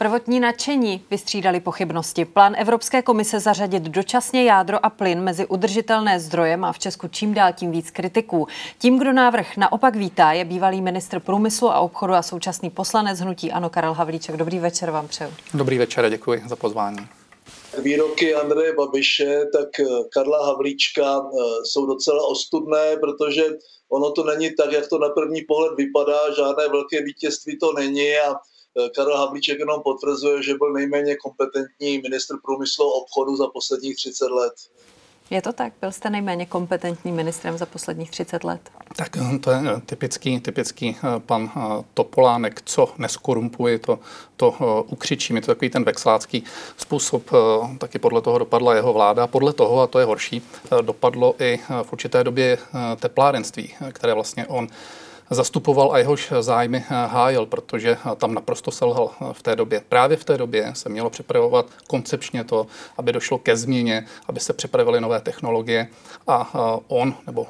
Prvotní nadšení vystřídali pochybnosti. Plán Evropské komise zařadit dočasně jádro a plyn mezi udržitelné zdroje má v Česku čím dál tím víc kritiků. Tím, kdo návrh naopak vítá, je bývalý ministr průmyslu a obchodu a současný poslanec hnutí ANO Karel Havlíček. Dobrý večer vám přeju. Dobrý večer a děkuji za pozvání. Výroky Andreje Babiše, tak Karla Havlíčka jsou docela ostudné, protože ono to není tak, jak to na první pohled vypadá, žádné velké vítězství to není a Karel Havlíček jenom potvrzuje, že byl nejméně kompetentní ministr průmyslu a obchodu za posledních 30 let. Je to tak? Byl jste nejméně kompetentním ministrem za posledních 30 let? Tak to je typický pan Topolánek, co neskorumpuje, to ukřičí. Je to takový ten vexlácký způsob, taky podle toho dopadla jeho vláda. Podle toho, a to je horší, dopadlo i v určité době teplárenství, které vlastně on zastupoval a jehož zájmy hájil, protože tam naprosto selhal v té době. Právě v té době se mělo připravovat koncepčně to, aby došlo ke změně, aby se připravily nové technologie a on, nebo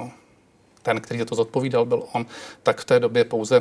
ten, který za to zodpovídal, byl on, tak v té době pouze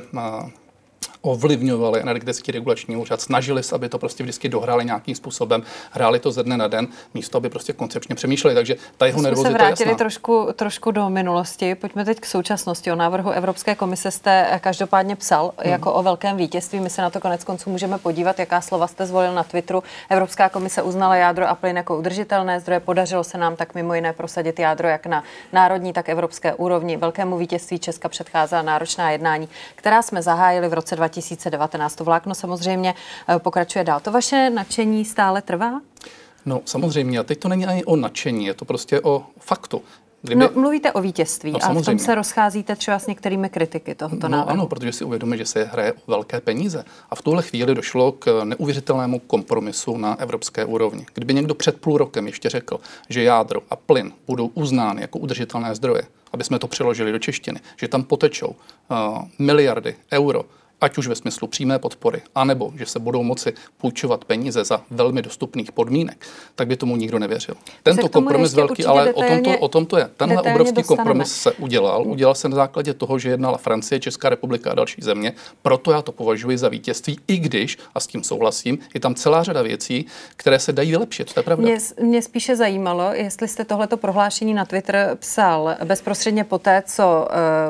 ovlivňovali energetický regulační úřad, snažili se, aby to prostě vždycky dohráli nějakým způsobem, hráli to ze dne na den, místo aby prostě koncepčně přemýšleli, takže ta jeho nervozita je jasná. Jsme se vrátili trošku do minulosti, pojďme teď k současnosti. O návrhu Evropské komise jste každopádně psal jako o velkém vítězství. My se na to koneckonců můžeme podívat, jaká slova jste zvolil na Twitteru. Evropská komise uznala jádro a plyn jako udržitelné zdroje. Podařilo se nám tak mimo jiné prosadit jádro jak na národní, tak evropské úrovni. Velkému vítězství Česka předcházela náročná jednání, která jsme zahájili v roce 2019. To vlákno samozřejmě pokračuje dál. To vaše nadšení stále trvá? No samozřejmě, a teď to není ani o nadšení, je to prostě o faktu. Mluvíte o vítězství a v tom se rozcházíte třeba s některými kritiky tohoto návrhu. Ano, protože si uvědomíme, že se hraje o velké peníze. A v tuhle chvíli došlo k neuvěřitelnému kompromisu na evropské úrovni. Kdyby někdo před půl rokem ještě řekl, že jádro a plyn budou uznány jako udržitelné zdroje, aby jsme to přeložili do češtiny, že tam potečou miliardy euro, ať už ve smyslu přímé podpory, anebo že se budou moci půjčovat peníze za velmi dostupných podmínek, tak by tomu nikdo nevěřil. Tento kompromis velký, ale o tom to je. Tenhle obrovský kompromis se udělal. Udělal se na základě toho, že jednala Francie, Česká republika a další země. Proto já to považuji za vítězství, i když, a s tím souhlasím, je tam celá řada věcí, které se dají vylepšit. To je pravda. Mě spíše zajímalo, jestli jste tohleto prohlášení na Twitter psal bezprostředně poté, co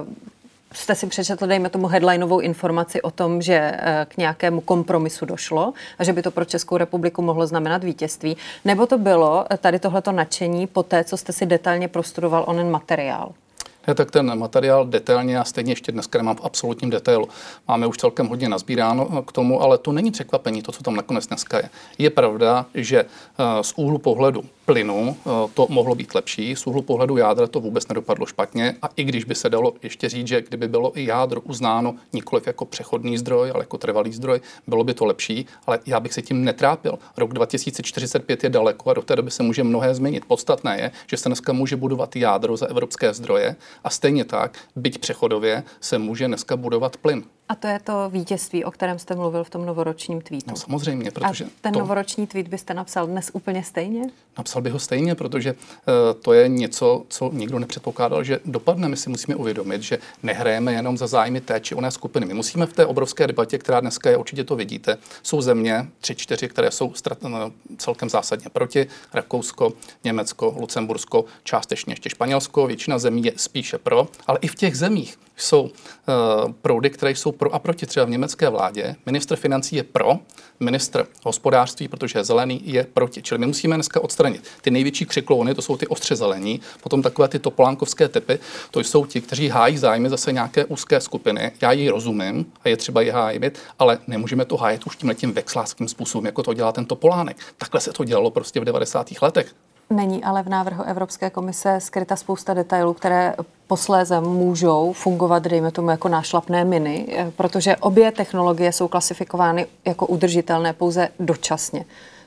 jste si přečetl, dejme tomu headlineovou informaci o tom, že k nějakému kompromisu došlo a že by to pro Českou republiku mohlo znamenat vítězství, nebo to bylo tady tohleto nadšení poté, co jste si detailně prostudoval onen materiál? Tak ten materiál detailně, já stejně ještě dneska nemám v absolutním detailu. Máme už celkem hodně nazbíráno k tomu, ale to není překvapení, to, co tam nakonec dneska je. Je pravda, že z úhlu pohledu plynu to mohlo být lepší, z úhlu pohledu jádra to vůbec nedopadlo špatně a i když by se dalo ještě říct, že kdyby bylo i jádro uznáno nikoliv jako přechodný zdroj, ale jako trvalý zdroj, bylo by to lepší, ale já bych se tím netrápil. Rok 2045 je daleko a do té doby se může mnohé změnit. Podstatné je, že se dneska může budovat jádro za evropské zdroje a stejně tak, byť přechodově, se může dneska budovat plyn. A to je to vítězství, o kterém jste mluvil v tom novoročním tweetu. No samozřejmě, protože a ten novoroční tweet byste napsal dnes úplně stejně? Napsal bych ho stejně, protože to je něco, co nikdo nepředpokládal, že dopadne. My si musíme uvědomit, že nehrajeme jenom za zájmy té či oné skupiny. My musíme v té obrovské debatě, která dneska je, určitě to vidíte, jsou země 3-4, které jsou celkem zásadně proti. Rakousko, Německo, Lucembursko, částečně ještě Španělsko, většina zemí je spíše pro, ale i v těch zemích jsou proudy, které jsou pro a proti. Třeba v německé vládě ministr financí je pro, ministr hospodářství, protože je zelený, je proti. Čili my musíme dneska odstranit ty největší křiklouny, to jsou ty ostře zelení, potom takové ty topolánkovské typy, to jsou ti, kteří hájí zájmy zase nějaké úzké skupiny. Já ji rozumím a je třeba je hájit, ale nemůžeme to hájit už tímhletím vexlářským způsobem, jako to dělá ten Topolánek. Takhle se to dělalo prostě v 90. letech. Není ale v návrhu Evropské komise skryta spousta detailů, které posléze můžou fungovat, dejme tomu, jako nášlapné miny, protože obě technologie jsou klasifikovány jako udržitelné pouze dočasně.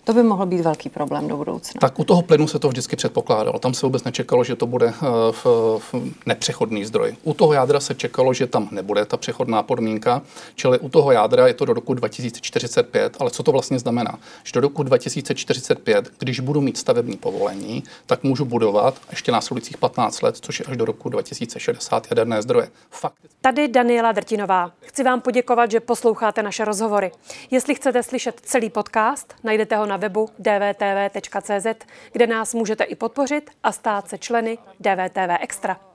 To by mohl být velký problém do budoucna. Tak u toho plynu se to vždycky předpokládalo. Tam se vůbec nečekalo, že to bude nepřechodný zdroj. U toho jádra se čekalo, že tam nebude ta přechodná podmínka, čili u toho jádra je to do roku 2045, ale co to vlastně znamená? Že do roku 2045, když budu mít stavební povolení, tak můžu budovat ještě následujících 15 let, což je až do roku 2060 jaderné zdroje. Tady Daniela Drtinová. Chci vám poděkovat, že posloucháte naše rozhovory. Jestli chcete slyšet celý podcast, najdete ho na webu dvtv.cz, kde nás můžete i podpořit a stát se členy DVTV Extra.